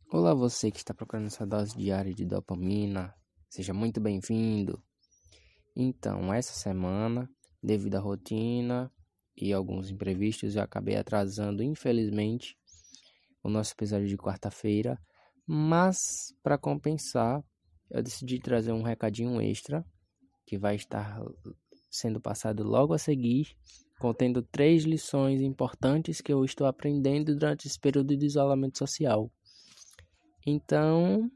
Olá, você que está procurando essa dose diária de dopamina, seja muito bem-vindo. Então, essa semana, devido à rotina e alguns imprevistos, eu acabei atrasando, infelizmente, o nosso episódio de quarta-feira, mas, para compensar, eu decidi trazer um recadinho extra, que vai estar sendo passado logo a seguir, contendo 3 lições importantes que eu estou aprendendo durante esse período de isolamento social. Então,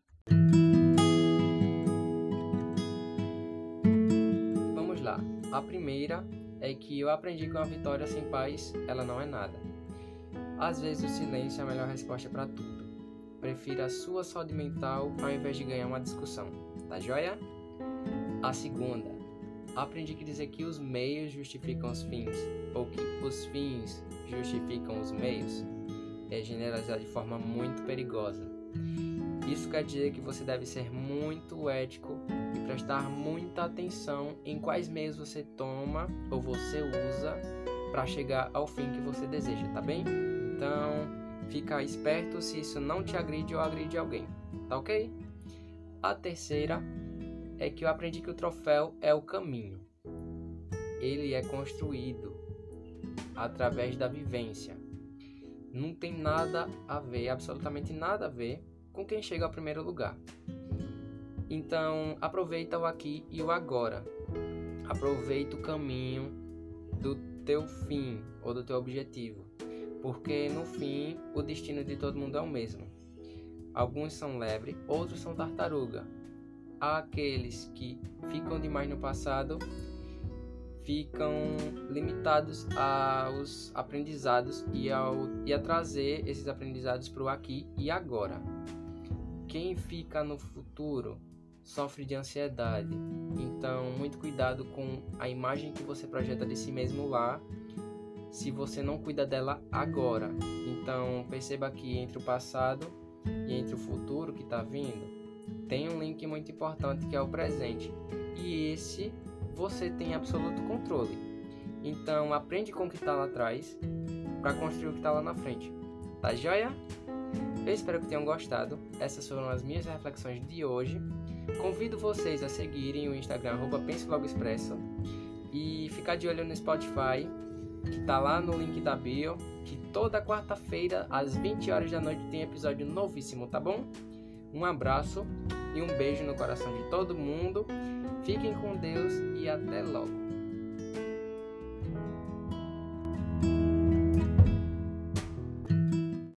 vamos lá. A primeira é que eu aprendi que uma vitória sem paz, ela não é nada. Às vezes o silêncio é a melhor resposta para tudo. Prefira a sua saúde mental ao invés de ganhar uma discussão. Tá joia? A segunda, aprendi que dizer que os meios justificam os fins, ou que os fins justificam os meios, é generalizar de forma muito perigosa. Isso quer dizer que você deve ser muito ético e prestar muita atenção em quais meios você toma ou você usa para chegar ao fim que você deseja, tá bem? Então, fica esperto se isso não te agride ou agride alguém, tá ok? A terceira é que eu aprendi que o troféu é o caminho. Ele é construído através da vivência. Não tem nada a ver, absolutamente nada a ver com quem chega ao primeiro lugar. Então, aproveita o aqui e o agora. Aproveita o caminho do teu fim ou do teu objetivo, porque no fim o destino de todo mundo é o mesmo. Alguns são lebre, outros são tartaruga. Há aqueles que ficam demais no passado, ficam limitados aos aprendizados e a trazer esses aprendizados para o aqui e agora. Quem fica no futuro sofre de ansiedade, então muito cuidado com a imagem que você projeta de si mesmo lá, se você não cuida dela agora. Então perceba que entre o passado e entre o futuro que está vindo, tem um link muito importante que é o presente, e esse você tem absoluto controle. Então aprende com o que está lá atrás para construir o que está lá na frente. Tá joia? Eu espero que tenham gostado. Essas foram as minhas reflexões de hoje. Convido vocês a seguirem o Instagram @PenseLogoExpresso e ficar de olho no Spotify, que tá lá no link da bio, que toda quarta-feira às 20 horas da noite tem episódio novíssimo, tá bom? Um abraço e um beijo no coração de todo mundo. Fiquem com Deus e até logo.